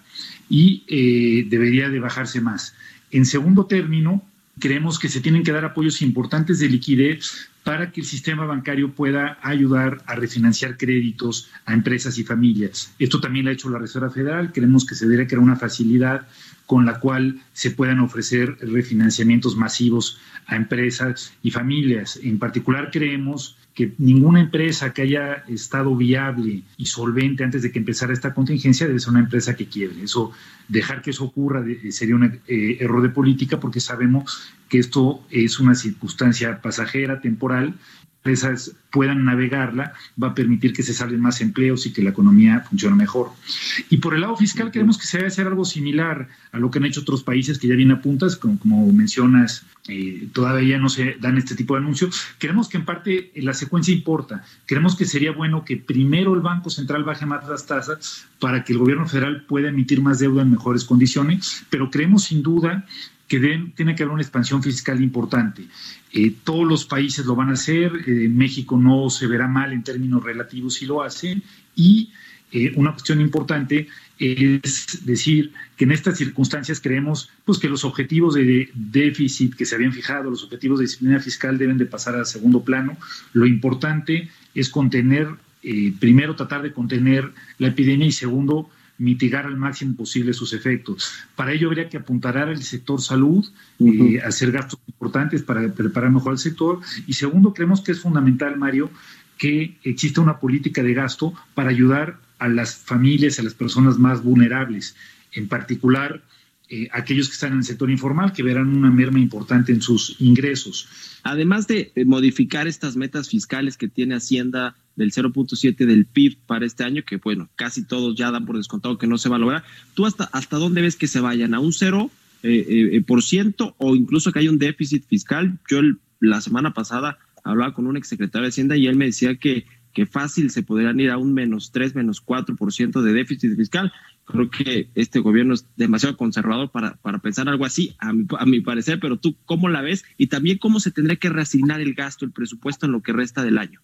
y debería de bajarse más. En segundo término, creemos que se tienen que dar apoyos importantes de liquidez para que el sistema bancario pueda ayudar a refinanciar créditos a empresas y familias. Esto también lo ha hecho la Reserva Federal. Creemos que se debería crear una facilidad con la cual se puedan ofrecer refinanciamientos masivos a empresas y familias. En particular, creemos que ninguna empresa que haya estado viable y solvente antes de que empezara esta contingencia debe ser una empresa que quiebre. Dejar que eso ocurra sería un error de política, porque sabemos que esto es una circunstancia pasajera, temporal. Empresas puedan navegarla, va a permitir que se salven más empleos y que la economía funcione mejor. Y por el lado fiscal, creemos que se debe hacer algo similar a lo que han hecho otros países que ya bien apuntas, como mencionas, todavía no se dan este tipo de anuncios. Creemos que en parte la secuencia importa. Creemos que sería bueno que primero el Banco Central baje más las tasas para que el gobierno federal pueda emitir más deuda en mejores condiciones, pero creemos sin duda que tiene que haber una expansión fiscal importante. Todos los países lo van a hacer, México no se verá mal en términos relativos si lo hacen, y una cuestión importante es decir que en estas circunstancias creemos pues que los objetivos de déficit que se habían fijado, los objetivos de disciplina fiscal deben de pasar a segundo plano. Lo importante es contener, primero tratar de contener la epidemia y segundo, mitigar al máximo posible sus efectos. Para ello habría que apuntar al sector salud, hacer gastos importantes para preparar mejor al sector. Y segundo, creemos que es fundamental, Mario, que exista una política de gasto para ayudar a las familias, a las personas más vulnerables, en particular aquellos que están en el sector informal, que verán una merma importante en sus ingresos. Además de modificar estas metas fiscales que tiene Hacienda del 0.7 del PIB para este año, que bueno, casi todos ya dan por descontado que no se va a lograr, ¿tú hasta dónde ves que se vayan? ¿A un 0% o incluso que haya un déficit fiscal? Yo la semana pasada hablaba con un exsecretario de Hacienda y él me decía que fácil se podrían ir a un -3, -4% de déficit fiscal. Creo que este gobierno es demasiado conservador para pensar algo así, a mi parecer, pero tú, ¿cómo la ves? Y también, ¿cómo se tendría que reasignar el gasto, el presupuesto en lo que resta del año?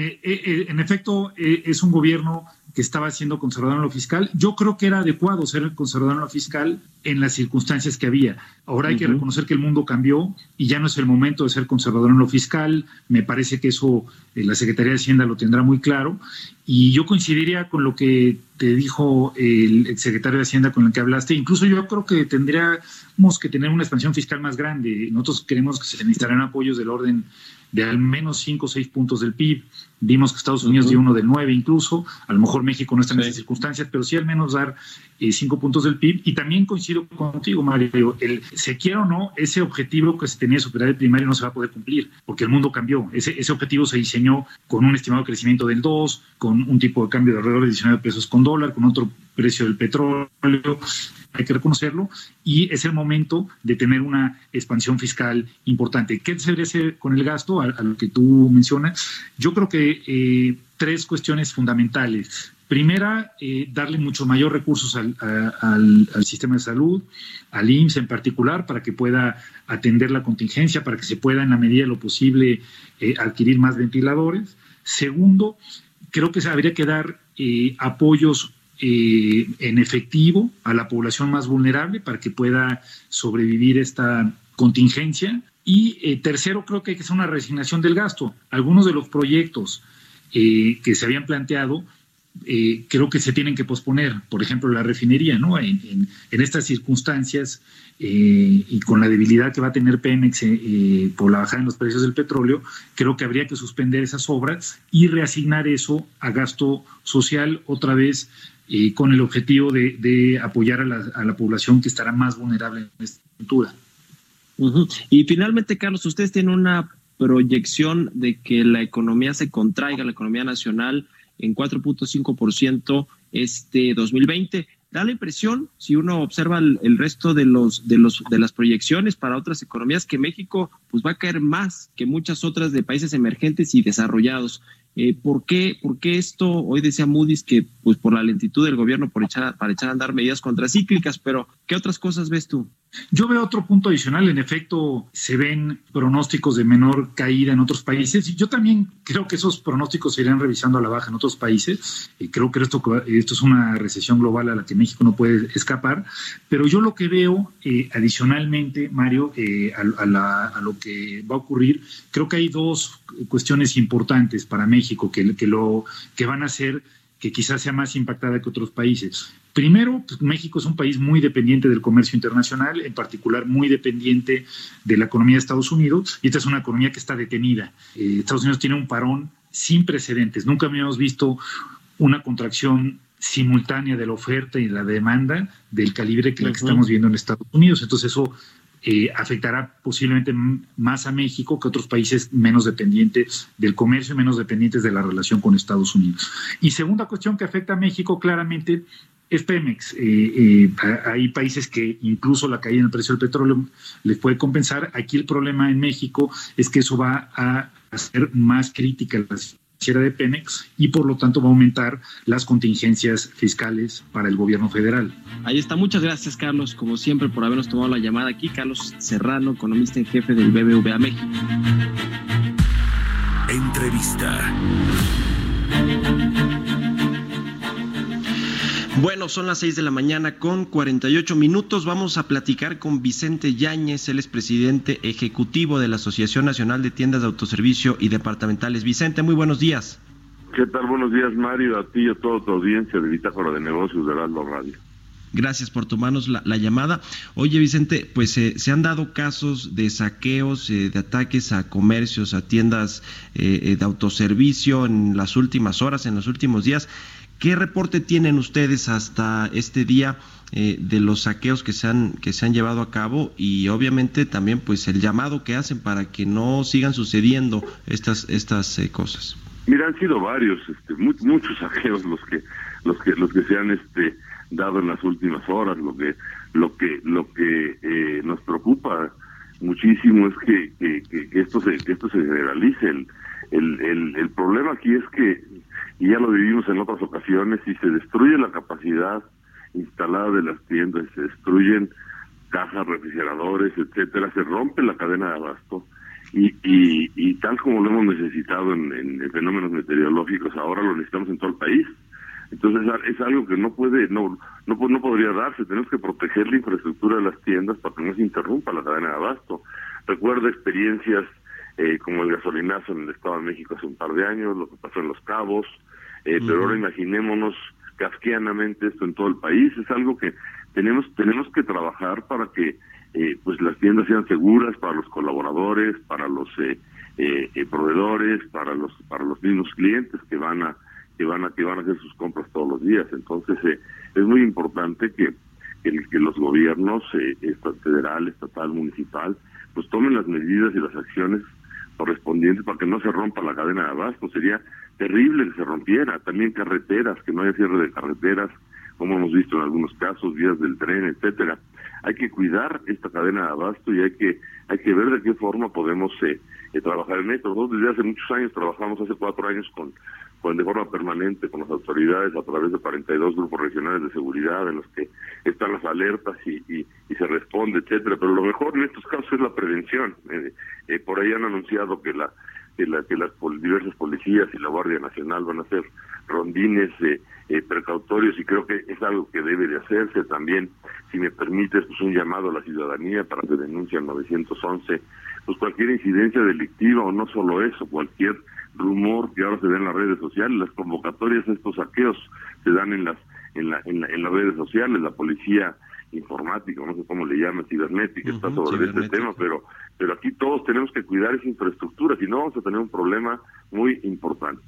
En efecto, es un gobierno que estaba siendo conservador en lo fiscal. Yo creo que era adecuado ser conservador en lo fiscal en las circunstancias que había. Ahora hay que reconocer que el mundo cambió y ya no es el momento de ser conservador en lo fiscal. Me parece que eso la Secretaría de Hacienda lo tendrá muy claro. Y yo coincidiría con lo que te dijo el exsecretario de Hacienda con el que hablaste. Incluso yo creo que tendríamos que tener una expansión fiscal más grande. Nosotros creemos que se necesitarán apoyos del orden de al menos 5 o 6 puntos del PIB. Vimos que Estados Unidos dio uno de 9 incluso. A lo mejor México no está en esas circunstancias, pero sí al menos dar 5 puntos del PIB. Y también coincido contigo, Mario, se quiera o no, ese objetivo que se tenía de superar el primario no se va a poder cumplir, porque el mundo cambió. Ese objetivo se diseñó con un estimado crecimiento del 2%, con un tipo de cambio de alrededor de 19 pesos con dólar, con otro precio del petróleo. Hay que reconocerlo, y es el momento de tener una expansión fiscal importante. ¿Qué se debería hacer con el gasto? A lo que tú mencionas, yo creo que 3 cuestiones fundamentales. Primera, darle mucho mayor recursos al sistema de salud, al IMSS en particular, para que pueda atender la contingencia, para que se pueda, en la medida de lo posible, adquirir más ventiladores. Segundo, creo que habría que dar apoyos en efectivo a la población más vulnerable para que pueda sobrevivir esta contingencia. Y tercero, creo que hay que hacer una reasignación del gasto. Algunos de los proyectos que se habían planteado creo que se tienen que posponer. Por ejemplo, la refinería, ¿no? En estas circunstancias y con la debilidad que va a tener Pemex por la bajada en los precios del petróleo, creo que habría que suspender esas obras y reasignar eso a gasto social otra vez, con el objetivo de apoyar a la población que estará más vulnerable en esta coyuntura. Y finalmente, Carlos, ustedes tienen una proyección de que la economía se contraiga, la economía nacional, en 4.5% este 2020. Da la impresión, si uno observa el resto de las proyecciones para otras economías, que México pues va a caer más que muchas otras de países emergentes y desarrollados. ¿Por qué esto? Hoy decía Moody's que pues por la lentitud del gobierno para echar a andar medidas contracíclicas, pero ¿qué otras cosas ves tú? Yo veo otro punto adicional. En efecto, se ven pronósticos de menor caída en otros países. Yo también creo que esos pronósticos se irán revisando a la baja en otros países. Creo que esto es una recesión global a la que México no puede escapar. Pero yo lo que veo adicionalmente, Mario, a lo que va a ocurrir, creo que hay 2 cuestiones importantes para México que van a hacer que quizás sea más impactada que otros países. Primero, pues México es un país muy dependiente del comercio internacional, en particular muy dependiente de la economía de Estados Unidos, y esta es una economía que está detenida. Estados Unidos tiene un parón sin precedentes. Nunca habíamos visto una contracción simultánea de la oferta y la demanda del calibre que la que estamos viendo en Estados Unidos. Entonces eso afectará posiblemente más a México que a otros países menos dependientes del comercio y menos dependientes de la relación con Estados Unidos. Y segunda cuestión que afecta a México claramente es Pemex. Hay países que incluso la caída en el precio del petróleo les puede compensar. Aquí el problema en México es que eso va a hacer más crítica la financiera de Pemex y por lo tanto va a aumentar las contingencias fiscales para el gobierno federal. Ahí está. Muchas gracias, Carlos, como siempre, por habernos tomado la llamada aquí. Carlos Serrano, economista en jefe del BBVA México. Entrevista. Bueno, son las 6 de la mañana con 48 minutos. Vamos a platicar con Vicente Yáñez, él es presidente ejecutivo de la Asociación Nacional de Tiendas de Autoservicio y Departamentales. Vicente, muy buenos días. ¿Qué tal? Buenos días, Mario, a ti y a toda tu audiencia de Bitácora de Negocios de Heraldo Radio. Gracias por tomarnos la llamada. Oye, Vicente, pues se han dado casos de saqueos, de ataques a comercios, a tiendas de autoservicio en las últimas horas, en los últimos días. ¿Qué reporte tienen ustedes hasta este día de los saqueos que se han llevado a cabo, y obviamente también pues el llamado que hacen para que no sigan sucediendo estas cosas? Mira, han sido varios, muchos saqueos los que se han dado en las últimas horas. Lo que nos preocupa muchísimo es que esto se generalice. El problema aquí es que, y ya lo vivimos en otras ocasiones, si se destruye la capacidad instalada de las tiendas, se destruyen cajas, refrigeradores, etcétera, se rompe la cadena de abasto, y tal como lo hemos necesitado en fenómenos meteorológicos, ahora lo necesitamos en todo el país. Entonces es algo que no podría darse. Tenemos que proteger la infraestructura de las tiendas para que no se interrumpa la cadena de abasto. Recuerdo experiencias como el gasolinazo en el Estado de México hace un par de años, lo que pasó en Los Cabos, pero ahora imaginémonos kafkianamente esto en todo el país. Es algo que tenemos que trabajar para que pues las tiendas sean seguras para los colaboradores, para los proveedores, para los mismos clientes que van a hacer sus compras todos los días. Entonces es muy importante que los gobiernos federal, estatal, municipal, pues tomen las medidas y las acciones correspondientes para que no se rompa la cadena de abasto. Sería terrible que se rompiera. También carreteras, que no haya cierre de carreteras, como hemos visto en algunos casos, vías del tren, etcétera. Hay que cuidar esta cadena de abasto y hay que ver de qué forma podemos trabajar en esto. Nosotros desde hace muchos años trabajamos, hace 4 años de forma permanente con las autoridades a través de 42 grupos regionales de seguridad en los que están las alertas y se responde, etcétera. Pero lo mejor en estos casos es la prevención. Por ahí han anunciado que las diversas policías y la Guardia Nacional van a hacer rondines precautorios, y creo que es algo que debe de hacerse. También, si me permites, pues un llamado a la ciudadanía para que denuncie al 911 pues cualquier incidencia delictiva, o no solo eso, cualquier rumor que ahora se da en las redes sociales. Las convocatorias a estos saqueos se dan en las redes sociales. La policía informática, no sé cómo le llaman, cibernética, está sobre este tema, pero aquí todos tenemos que cuidar esa infraestructura, si no vamos a tener un problema muy importante.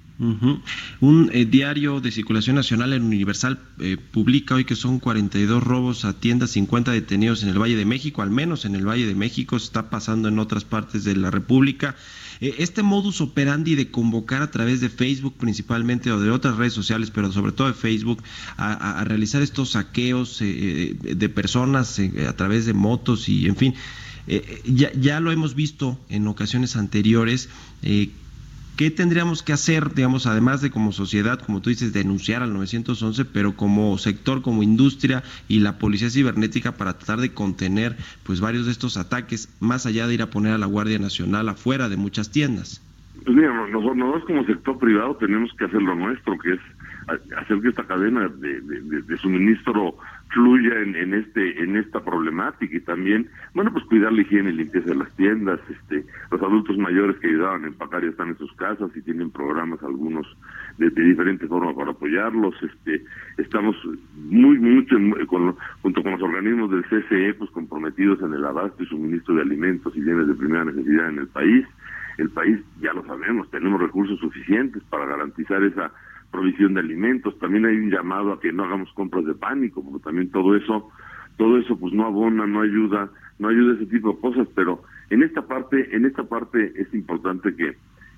Un diario de circulación nacional, el Universal, publica hoy que son 42 robos a tiendas, 50 detenidos en el Valle de México, al menos en el Valle de México. Está pasando en otras partes de la República. Este modus operandi de convocar a través de Facebook principalmente, o de otras redes sociales, pero sobre todo de Facebook, a realizar estos saqueos de personas a través de motos y en fin, ya lo hemos visto en ocasiones anteriores. ¿Qué tendríamos que hacer, digamos, además de como sociedad, como tú dices, denunciar al 911, pero como sector, como industria y la policía cibernética, para tratar de contener pues varios de estos ataques, más allá de ir a poner a la Guardia Nacional afuera de muchas tiendas? Pues mira, nosotros como sector privado tenemos que hacer lo nuestro, que es hacer que esta cadena de suministro fluya en esta problemática, y también, bueno, pues cuidar la higiene y limpieza de las tiendas. Los adultos mayores que ayudaban a empacar ya están en sus casas y tienen programas algunos de diferente forma para apoyarlos. Estamos mucho junto con los organismos del CCE, pues comprometidos en el abasto y suministro de alimentos y bienes de primera necesidad en el país. El país, ya lo sabemos, tenemos recursos suficientes para garantizar esa provisión de alimentos. También hay un llamado a que no hagamos compras de pánico, porque también todo eso pues no abona, no ayuda a ese tipo de cosas. Pero en esta parte es importante que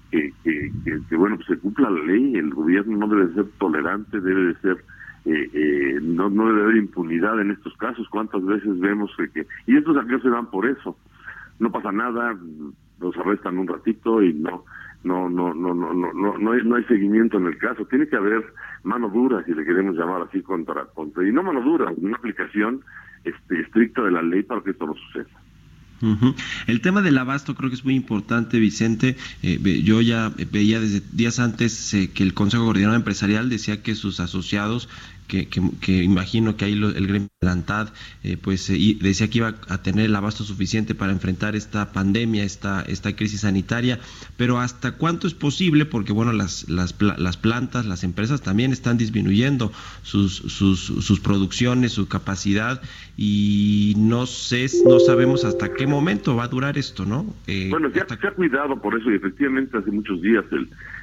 bueno, pues se cumpla la ley. El gobierno no debe ser tolerante, debe de ser no debe haber impunidad en estos casos. ¿Cuántas veces vemos y estos saqueos se dan por eso? No pasa nada, los arrestan un ratito y no hay seguimiento en el caso. Tiene que haber mano dura, si le queremos llamar así, contra y no mano dura, una aplicación estricta de la ley para que esto no suceda. El tema del abasto creo que es muy importante, Vicente. Yo ya veía desde días antes que el Consejo Coordinador Empresarial decía que sus asociados, que imagino que ahí el gremio de la ANTAD, decía que iba a tener el abasto suficiente para enfrentar esta pandemia, esta crisis sanitaria, pero ¿hasta cuánto es posible? Porque bueno, las plantas, las empresas también están disminuyendo sus producciones, su capacidad, y no sabemos hasta qué momento va a durar esto, ¿no? Bueno, se ha cuidado por eso, y efectivamente hace muchos días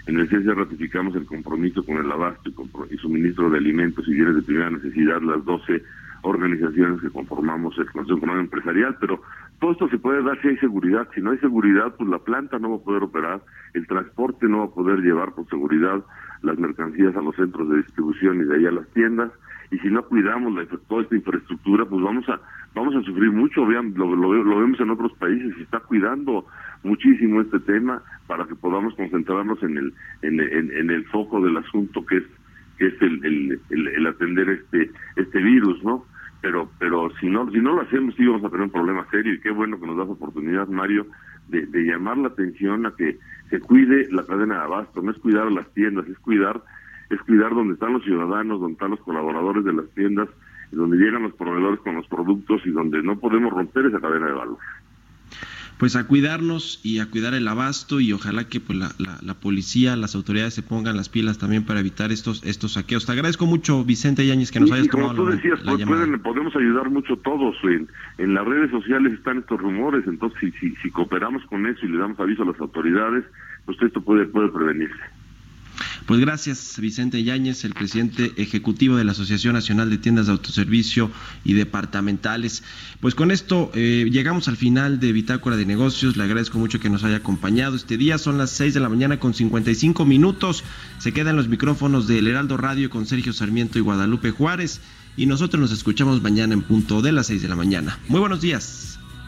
En el CESE ratificamos el compromiso con el abasto y suministro de alimentos y bienes de primera necesidad, las 12 organizaciones que conformamos el Consejo Económico Empresarial, pero todo esto se puede dar si hay seguridad. Si no hay seguridad, pues la planta no va a poder operar, el transporte no va a poder llevar con seguridad las mercancías a los centros de distribución y de ahí a las tiendas, y si no cuidamos toda esta infraestructura, pues vamos a sufrir mucho. Vean, lo vemos en otros países, se está cuidando muchísimo este tema para que podamos concentrarnos en el foco del asunto, que es el atender este virus, ¿no? Pero si no lo hacemos, sí vamos a tener un problema serio, y qué bueno que nos das oportunidad, Mario, de llamar la atención a que se cuide la cadena de abasto. No es cuidar a las tiendas, es cuidar donde están los ciudadanos, donde están los colaboradores de las tiendas, donde llegan los proveedores con los productos y donde no podemos romper esa cadena de valor. Pues a cuidarnos y a cuidar el abasto, y ojalá que pues la policía, las autoridades se pongan las pilas también para evitar estos saqueos. Te agradezco mucho, Vicente Yáñez, que nos hayas tomado como tú decías, podemos ayudar mucho todos. En las redes sociales están estos rumores, entonces si cooperamos con eso y le damos aviso a las autoridades, pues esto puede prevenirse. Pues gracias, Vicente Yáñez, el presidente ejecutivo de la Asociación Nacional de Tiendas de Autoservicio y Departamentales. Pues con esto llegamos al final de Bitácora de Negocios. Le agradezco mucho que nos haya acompañado este día. Son las 6:55 a.m. Se quedan los micrófonos del Heraldo Radio con Sergio Sarmiento y Guadalupe Juárez, y nosotros nos escuchamos mañana en punto de las 6 de la mañana. Muy buenos días.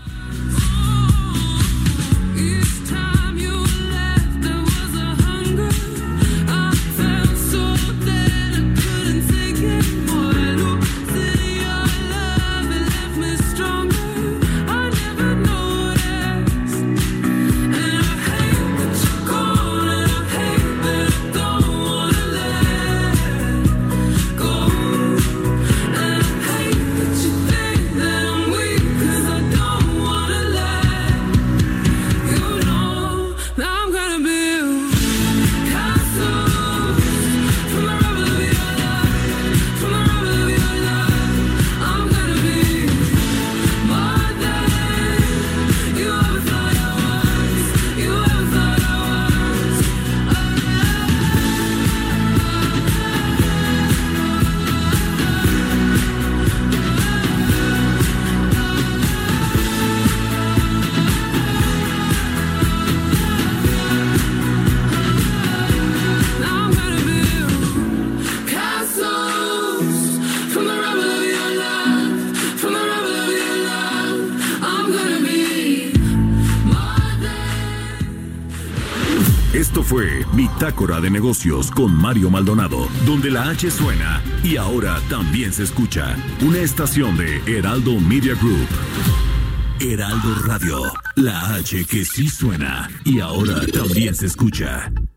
Esto fue Bitácora de Negocios con Mario Maldonado, donde la H suena y ahora también se escucha. Una estación de Heraldo Media Group. Heraldo Radio, la H que sí suena y ahora también se escucha.